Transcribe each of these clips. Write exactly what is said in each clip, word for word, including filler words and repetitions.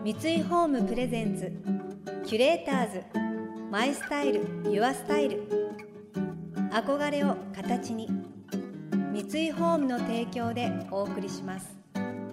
三井ホームプレゼンツキュレーターズマイスタイルユアスタイル、憧れを形に、三井ホームの提供でお送りします。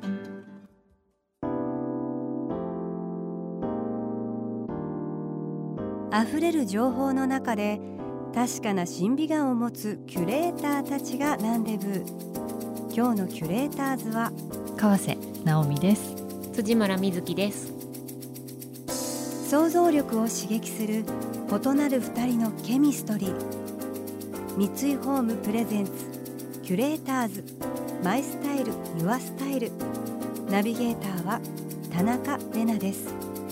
あふれる情報の中で確かな審美眼を持つキュレーターたちがランデブー。今日のキュレーターズは川瀬直美です。 辻村瑞希です。 想像力を刺激する異なる二人のケミストリー。三井ホームプレゼンツキュレーターズマイスタイルユアスタイル、ナビゲーターは田中れなです。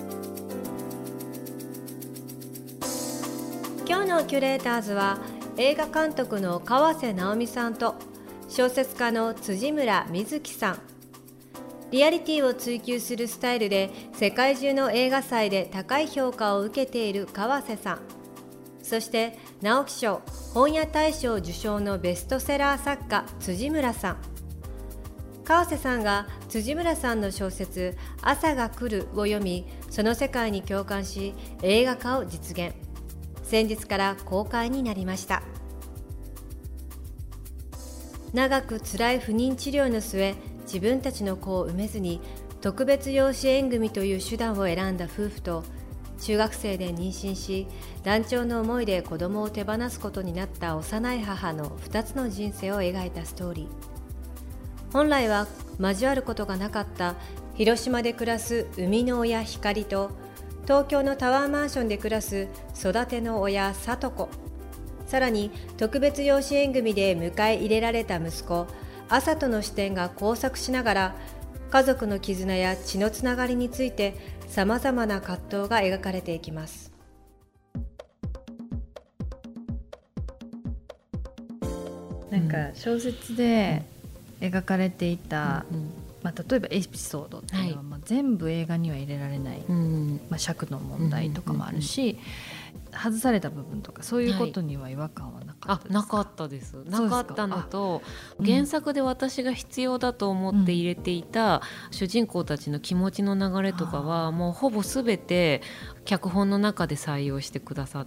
今日のキュレーターズは映画監督の川瀬直美さんと小説家の辻村瑞希さん。リアリティを追求するスタイルで世界中の映画祭で高い評価を受けている川瀬さん、そして直木賞本屋大賞受賞のベストセラー作家辻村さん。川瀬さんが辻村さんの小説朝が来るを読み、その世界に共感し映画化を実現。先日から公開になりました。長く辛い不妊治療の末、自分たちの子を産めずに特別養子縁組という手段を選んだ夫婦と、中学生で妊娠し断腸の思いで子供を手放すことになった幼い母のふたつの人生を描いたストーリー。本来は交わることがなかった広島で暮らす生みの親光と、東京のタワーマンションで暮らす育ての親聡子、さらに特別養子縁組で迎え入れられた息子朝との視点が交錯しながら、家族の絆や血のつながりについてさまざまな葛藤が描かれていきます。 なんか小説で描かれていた、 うんうんまあ、例えばエピソードっていうのは、はいまあ、全部映画には入れられない、うんまあ、尺の問題とかもあるし、うんうんうん、外された部分とかそういうことには違和感はなかったですか？ あ、なかったです。なかったのと、原作で私が必要だと思って入れていた主人公たちの気持ちの流れとかは、もうほぼ全て脚本の中で採用してくださって、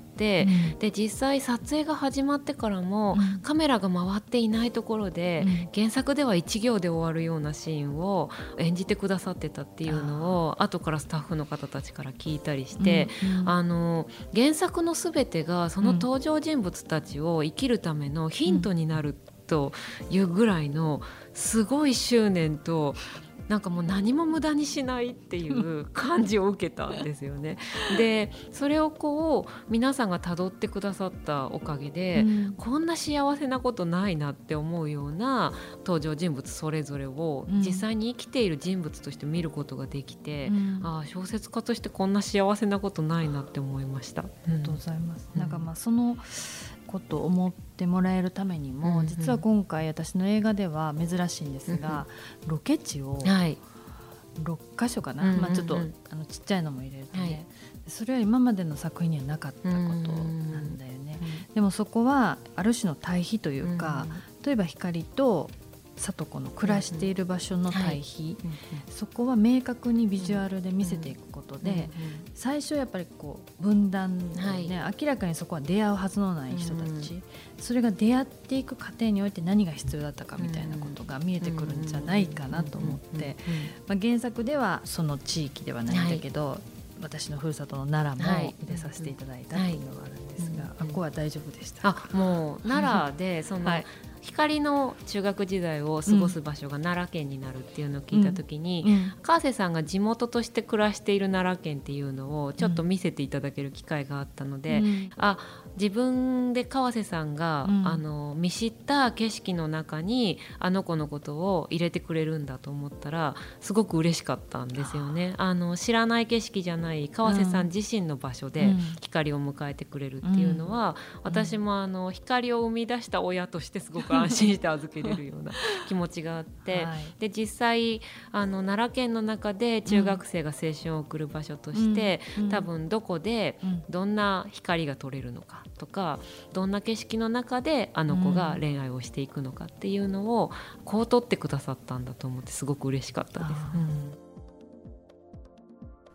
うん、で実際撮影が始まってからも、うん、カメラが回っていないところで、うん、原作ではいち行で終わるようなシーンを演じてくださってたっていうのを後からスタッフの方たちから聞いたりして、うんうん、あの原作の全てがその登場人物たちを生きるためのヒントになるというぐらいのすごい執念と、なんかもう何も無駄にしないっていう感じを受けたんですよね。でそれをこう皆さんが辿ってくださったおかげで、うん、こんな幸せなことないなって思うような登場人物それぞれを実際に生きている人物として見ることができて、うん、ああ小説家としてこんな幸せなことないなって思いました。 ありがとうございます、うん、なんかまあそのことを思ってもらえるためにも、うんうん、実は今回私の映画では珍しいんですが、うんうん、ロケ地をろっかしょかな、うんうんうんまあ、ちょっとあのちっちゃいのも入れるとね、はい、それは今までの作品にはなかったことなんだよね、うんうん、でもそこはある種の対比というか、うんうん、例えば光と聡子の暮らしている場所の対比、うんうんはい、そこは明確にビジュアルで見せていくことで、うんうん、最初やっぱりこう分断で、ねはい、明らかにそこは出会うはずのない人たち、うん、それが出会っていく過程において何が必要だったかみたいなことが見えてくるんじゃないかなと思って、まあ、原作ではその地域ではないんだけど、はい、私のふるさとの奈良も入れさせていただいたっていうのがあるんですが、はい、あここは大丈夫でしたか？ あもう奈良でその、はい光の中学時代を過ごす場所が奈良県になるっていうのを聞いた時に、うんうん、川瀬さんが地元として暮らしている奈良県っていうのをちょっと見せていただける機会があったので、うん、あ自分で川瀬さんが、うん、あの見知った景色の中にあの子のことを入れてくれるんだと思ったらすごく嬉しかったんですよね。あの知らない景色じゃない川瀬さん自身の場所で光を迎えてくれるっていうのは、うん、私もあの光を生み出した親としてすごく安心して預けれるような気持ちがあって、はい、で実際あの奈良県の中で中学生が青春を送る場所として、うん、多分どこでどんな光が取れるのかとか、どんな景色の中であの子が恋愛をしていくのかっていうのをこう取ってくださったんだと思ってすごく嬉しかったです。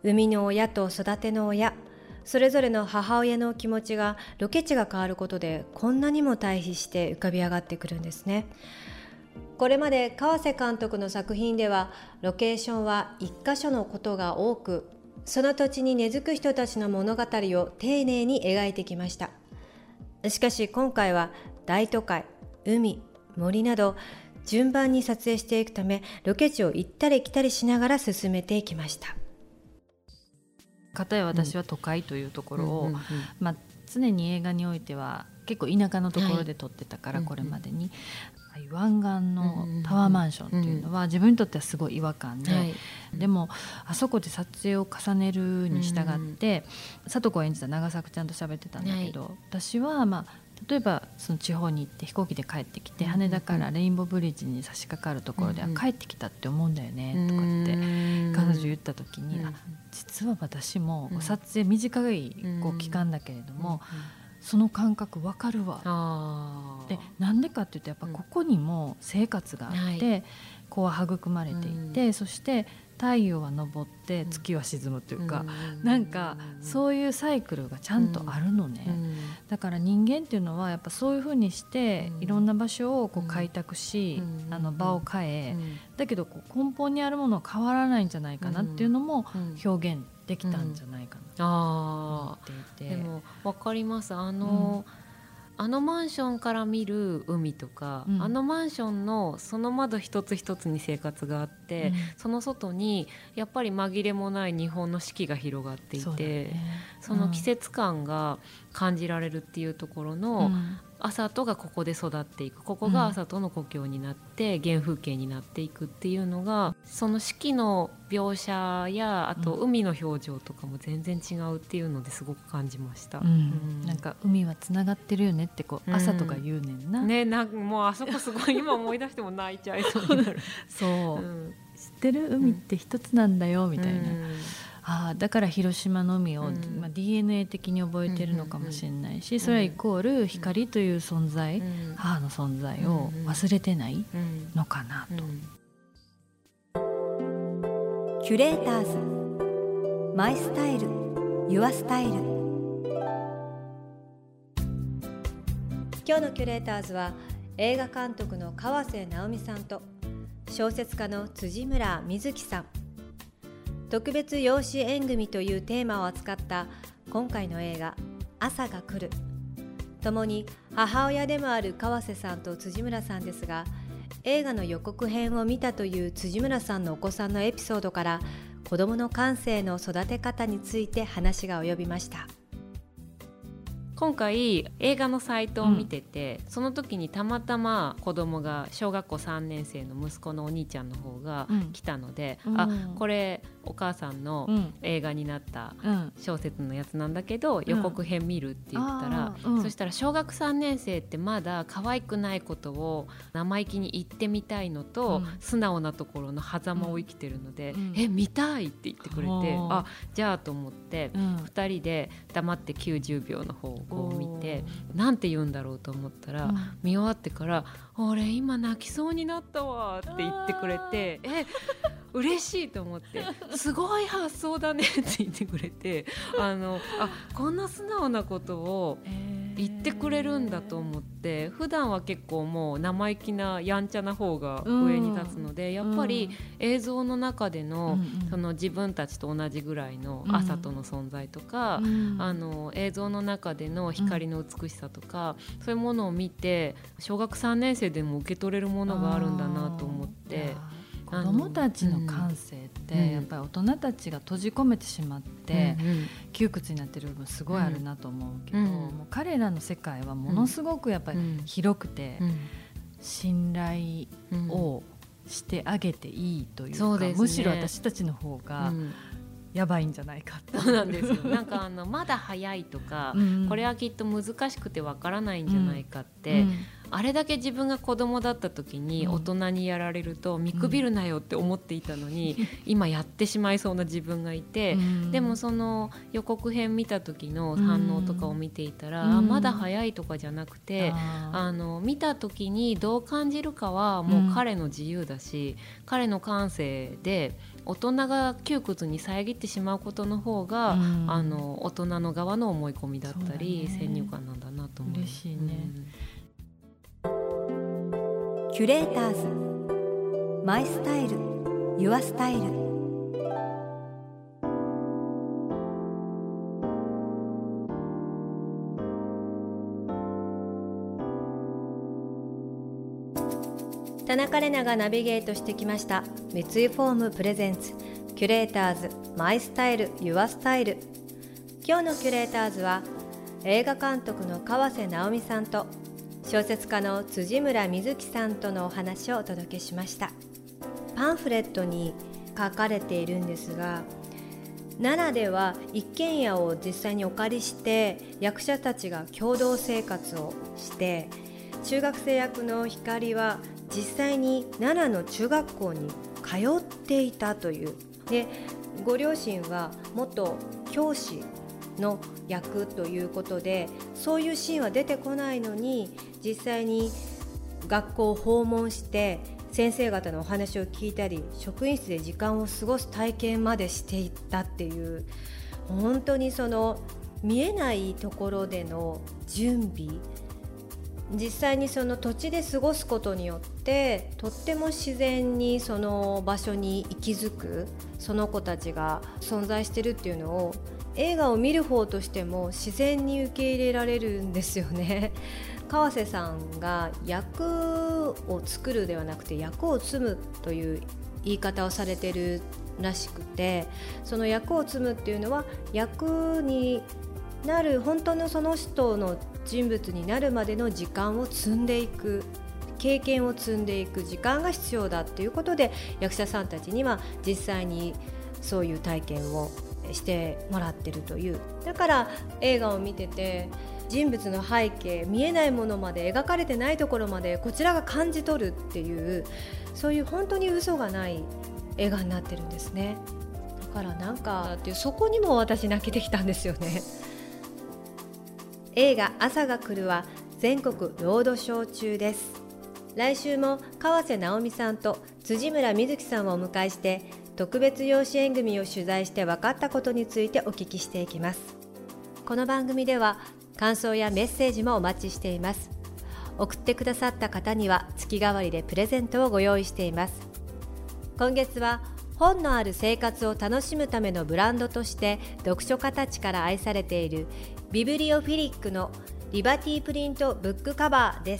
生みの親と育ての親、それぞれの母親の気持ちがロケ地が変わることでこんなにも対比して浮かび上がってくるんですね。これまで河瀬監督の作品ではロケーションは一箇所のことが多く、その土地に根付く人たちの物語を丁寧に描いてきました。しかし今回は大都会、海、森など順番に撮影していくため、ロケ地を行ったり来たりしながら進めていきました。 かたや私は都会というところを、うんうんうんまあ、常に映画においては結構田舎のところで撮ってたから、はい、これまでに、うんうん、湾岸のタワーマンションっていうのは自分にとってはすごい違和感で、はい、でもあそこで撮影を重ねるに従って、うん、里子を演じた長作ちゃんと喋ってたんだけど、はい、私はまあ例えばその地方に行って飛行機で帰ってきて、うん、羽田からレインボーブリッジに差し掛かるところで、うん、帰ってきたって思うんだよねとかって彼女言った時に、うん、あ実は私も撮影短いこう期間だけれども、うん、その感覚分かるわ、うん、でなんでかっていうとやっぱここにも生活があって、うん、子は育まれていて、うん、そして太陽は昇って月は沈むというか、うん、なんかそういうサイクルがちゃんとあるのね、うん、だから人間っていうのはやっぱそういう風にしていろんな場所をこう開拓し、うん、あの場を変え、うん、だけどこう根本にあるものは変わらないんじゃないかなっていうのも表現できたんじゃないかなと思っていて、 うんうん、でも分かります。あの、うんあのマンションから見る海とか、うん、あのマンションのその窓一つ一つに生活があって、うん、その外にやっぱり紛れもない日本の四季が広がっていて そ,、ねうん、その季節感が感じられるっていうところの、うん、朝とがここで育っていく、ここが朝との故郷になって原風景になっていくっていうのが、その四季の描写やあと海の表情とかも全然違うっていうのですごく感じました、 うんうん、なんか海はつながってるよねってこう朝とか言うねんな、 うんね、なんかもうあそこすごい今思い出しても泣いちゃいそうになるそう、うん、知ってる海って一つなんだよみたいな、うんあだから広島の海を、うんまあ、ディーエヌエー 的に覚えてるのかもしれないし、うんうんうん、それはイコール光という存在、うん、母の存在を忘れてないのかなと、 うんうん、キュレーターズマイスタイルユアスタイル。今日のキュレーターズは映画監督の河瀬直美さんと小説家の辻村瑞希さん、特別養子縁組というテーマを扱った今回の映画朝が来る。共に母親でもある河瀬さんと辻村さんですが、映画の予告編を見たという辻村さんのお子さんのエピソードから子どもの感性の育て方について話が及びました。 今回映画のサイトを見てて、うん、その時にたまたま子供が小学校さんねん生の息子のお兄ちゃんの方が来たので、うん、あこれお母さんの映画になった小説のやつなんだけど、うん、予告編見るって言ったら、うん、そしたら小学さんねん生ってまだ可愛くないことを生意気に言ってみたいのと、うん、素直なところの狭間を生きてるので、うん、え見たいって言ってくれて、あじゃあと思って、うん、ふたりで黙ってきゅうじゅうびょうの方をこう見てなんて言うんだろうと思ったら、うん、見終わってから俺今泣きそうになったわって言ってくれて、え嬉しいと思ってすごい発想だねって言ってくれて、あのあこんな素直なことを言ってくれるんだと思って、普段は結構もう生意気なやんちゃな方が上に立つので、うん、やっぱり映像の中での、うん、その自分たちと同じぐらいの朝との存在とか、うん、あの映像の中での光の美しさとか、うん、そういうものを見て小学さんねん生でも受け取れるものがあるんだなと思って、 子どもたちの感性ってやっぱり大人たちが閉じ込めてしまって窮屈になってる部分すごいあるなと思うけど、もう彼らの世界はものすごくやっぱり広くて信頼をしてあげていいというか、うん、むしろ私たちの方がやばいんじゃないかって。 そうなんですよ。なんかあのまだ早いとか、うん、これはきっと難しくてわからないんじゃないかって、うんうん、あれだけ自分が子供だった時に大人にやられると見くびるなよって思っていたのに、うん、今やってしまいそうな自分がいて、うん、でもその予告編見た時の反応とかを見ていたら、うん、あまだ早いとかじゃなくて、ああの見た時にどう感じるかはもう彼の自由だし、うん、彼の感性で大人が窮屈に遮ってしまうことの方が、うん、あの大人の側の思い込みだったり、ね、先入観なんだなと思う。 嬉しいね、 うん、キュレーターズマイスタイルユアスタイル。田中れながナビゲートしてきました三井フォームプレゼンツキュレーターズマイスタイルユアスタイル。今日のキュレーターズは映画監督の川瀬直美さんと小説家の辻村瑞希さんとのお話をお届けしました。パンフレットに書かれているんですが、奈良では一軒家を実際にお借りして役者たちが共同生活をして、中学生役の光は実際に奈良の中学校に通っていたという。で、ご両親は元教師の役ということで、そういうシーンは出てこないのに、実際に学校を訪問して先生方のお話を聞いたり、職員室で時間を過ごす体験までしていったっていう、本当にその見えないところでの準備、実際にその土地で過ごすことによってとっても自然にその場所に息づくその子たちが存在してるっていうのを映画を見る方としても自然に受け入れられるんですよね。川瀬さんが役を作るではなくて役を積むという言い方をされてるらしくて、その役を積むっていうのは役になる本当のその人の人物になるまでの時間を積んでいく、経験を積んでいく時間が必要だっていうことで、役者さんたちには実際にそういう体験をしてもらってるという。だから映画を見てて人物の背景、見えないものまで、描かれてないところまでこちらが感じ取るっていう、そういう本当に嘘がない映画になってるんですね。だからなんかっていう、そこにも私泣けてきたんですよね。映画朝が来るは全国ロードショー中です。来週も川瀬直美さんと辻村瑞希さんをお迎えして特別養子縁組を取材して分かったことについてお聞きしていきます。この番組では感想やメッセージもお待ちしています。送ってくださった方には月替わりでプレゼントをご用意しています。今月は本のある生活を楽しむためのブランドとして読書家たちから愛されているビブリオフィリックのリバティプリントブックカバーです。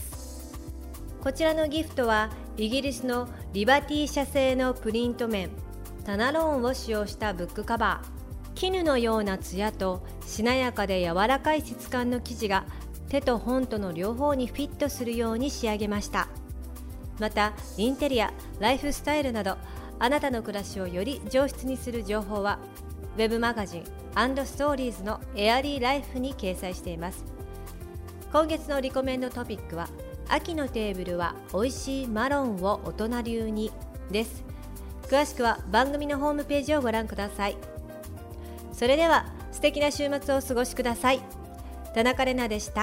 こちらのギフトはイギリスのリバティ社製のプリント面タナローンを使用したブックカバー。絹のようなツヤとしなやかで柔らかい質感の生地が手と本との両方にフィットするように仕上げました。またインテリア、ライフスタイルなどあなたの暮らしをより上質にする情報はウェブマガジン&ストーリーズのエアリーライフに掲載しています。今月のリコメンドトピックは秋のテーブルは美味しいマロンを大人流にです。詳しくは番組のホームページをご覧ください。それでは素敵な週末をお過ごしください。田中れなでした。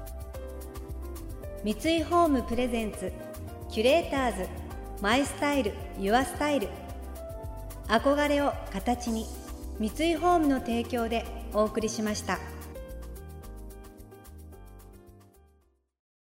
三井ホームプレゼンツキュレーターズマイスタイルユアスタイル。憧れを形に、三井ホームの提供でお送りしました。